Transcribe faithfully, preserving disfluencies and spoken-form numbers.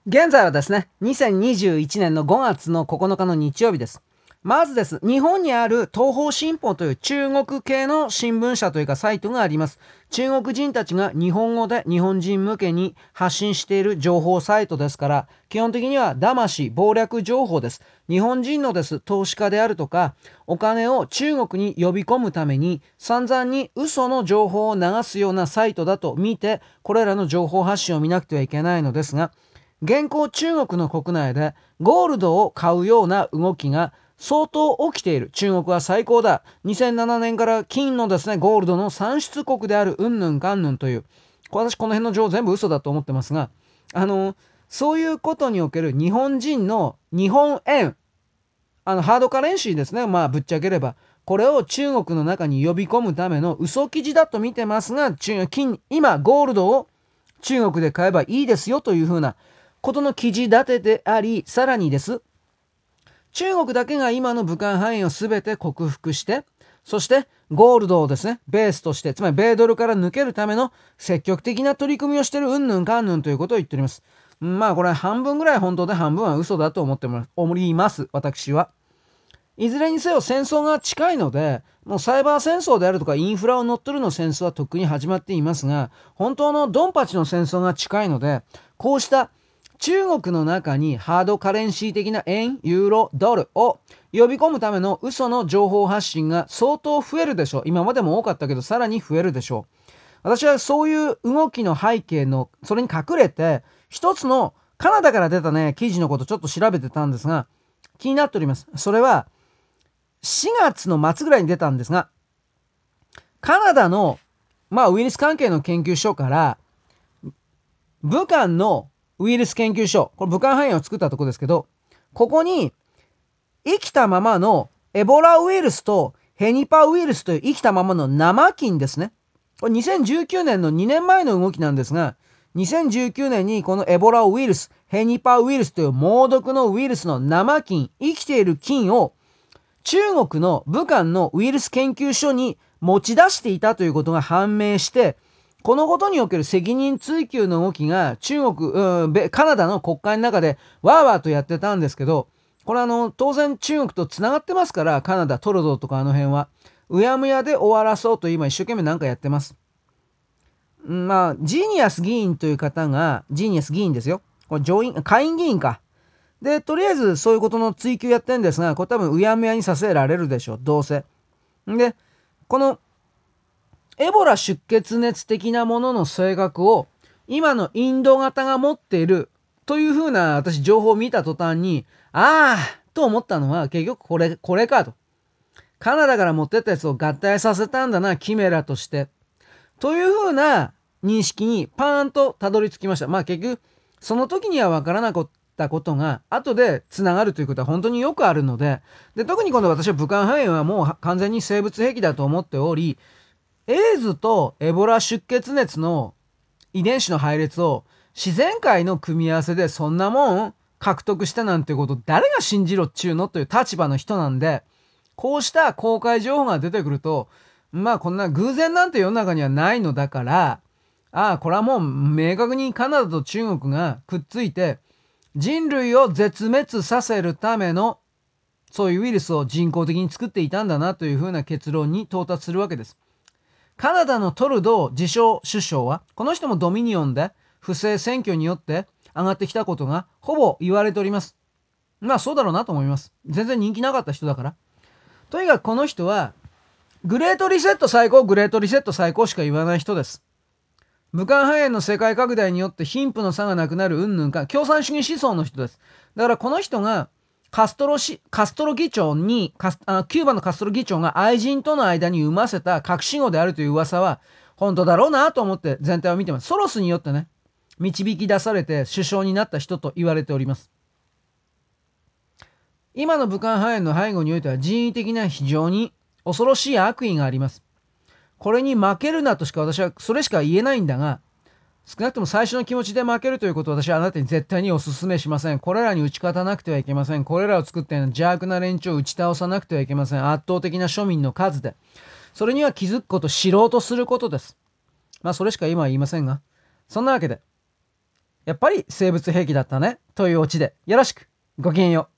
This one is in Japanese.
現在はですね、にせんにじゅういちねんのごがつのここのかの日曜日です。まずです。日本にある東方新報という中国系の新聞社というかサイトがあります。中国人たちが日本語で日本人向けに発信している情報サイトですから、基本的には騙し、謀略情報です。日本人のです、投資家であるとか、お金を中国に呼び込むために散々に嘘の情報を流すようなサイトだと見て、これらの情報発信を見なくてはいけないのですが、現行中国の国内でゴールドを買うような動きが相当起きている。中国は最高だ。にせんななねんから金のですね、ゴールドの産出国であるうんぬんかんぬんという。私この辺の情報全部嘘だと思ってますが、あの、そういうことにおける日本人の日本円、あの、ハードカレンシーですね。まあ、ぶっちゃければ。これを中国の中に呼び込むための嘘記事だと見てますが、中金、今、ゴールドを中国で買えばいいですよというふうなことの記事立てであり、さらにです。中国だけが今の武漢肺炎を全て克服して、そしてゴールドをですね、ベースとして、つまり米ドルから抜けるための積極的な取り組みをしているうんぬんかんぬんということを言っております。まあこれは半分ぐらい本当で半分は嘘だと思っております、私は。いずれにせよ戦争が近いので、もうサイバー戦争であるとかインフラを乗っ取るの戦争はとっくに始まっていますが、本当のドンパチの戦争が近いので、こうした中国の中にハードカレンシー的な円、ユーロ、ドルを呼び込むための嘘の情報発信が相当増えるでしょう。今までも多かったけど、さらに増えるでしょう。私はそういう動きの背景の、それに隠れて、一つのカナダから出たね、記事のことちょっと調べてたんですが、気になっております。それは、しがつの末ぐらいに出たんですが、カナダの、まあ、ウイルス関係の研究所から、武漢のウイルス研究所、これ武漢肺炎を作ったところですけど、ここに生きたままのエボラウイルスとヘニパウイルスという生きたままの生菌ですね。これにせんじゅうきゅうねんのにねんまえの動きなんですが、にせんじゅうきゅうねんにこのエボラウイルス、ヘニパウイルスという猛毒のウイルスの生菌、生きている菌を中国の武漢のウイルス研究所に持ち出していたということが判明して、このことにおける責任追及の動きが中国、うん、カナダの国会の中でわーわーとやってたんですけど、これあの、当然中国と繋がってますから、カナダ、トルドーとかあの辺は。うやむやで終わらそうと今一生懸命なんかやってます。まあ、ジーニアス議員という方が、ジーニアス議員ですよ。これ上院、下院議員か。で、とりあえずそういうことの追及やってるんですが、これ多分うやむやにさせられるでしょう、どうせ。で、このエボラ出血熱的なものの性格を今のインド型が持っているというふうな私情報を見た途端に、ああと思ったのは結局これ、これかと。カナダから持ってったやつを合体させたんだな、キメラとして。というふうな認識にパーンとたどり着きました。まあ結局、その時にはわからなかったことが、後で繋がるということは本当によくあるので、で、特に今度私は武漢肺炎はもう完全に生物兵器だと思っており、エイズとエボラ出血熱の遺伝子の配列を自然界の組み合わせでそんなもん獲得したなんてこと誰が信じろっちゅうのという立場の人なんで、こうした公開情報が出てくると、まあこんな偶然なんて世の中にはないのだから、ああ、これはもう明確にカナダと中国がくっついて人類を絶滅させるためのそういうウイルスを人工的に作っていたんだなというふうな結論に到達するわけです。カナダのトルドー自称首相は、この人もドミニオンで不正選挙によって上がってきたことがほぼ言われております。まあそうだろうなと思います。全然人気なかった人だから。とにかくこの人は、グレートリセット最高、グレートリセット最高しか言わない人です。武漢肺炎の世界拡大によって貧富の差がなくなる云々か、共産主義思想の人です。だからこの人が、カストロし、カストロ議長に、カスあキューバのカストロ議長が愛人との間に生ませた隠し子であるという噂は、本当だろうなと思って全体を見てます。ソロスによってね、導き出されて首相になった人と言われております。今の武漢肺炎の背後においては人為的な非常に恐ろしい悪意があります。これに負けるなとしか私はそれしか言えないんだが、少なくとも最初の気持ちで負けるということを私はあなたに絶対にお勧めしません。これらに打ち勝たなくてはいけません。これらを作ったような邪悪な連中を打ち倒さなくてはいけません。圧倒的な庶民の数で。それには気づくこと、知ろうとすることです。まあそれしか今は言いませんが。そんなわけで、 やっぱり生物兵器だったね。というオチで、よろしく。ごきげんよう。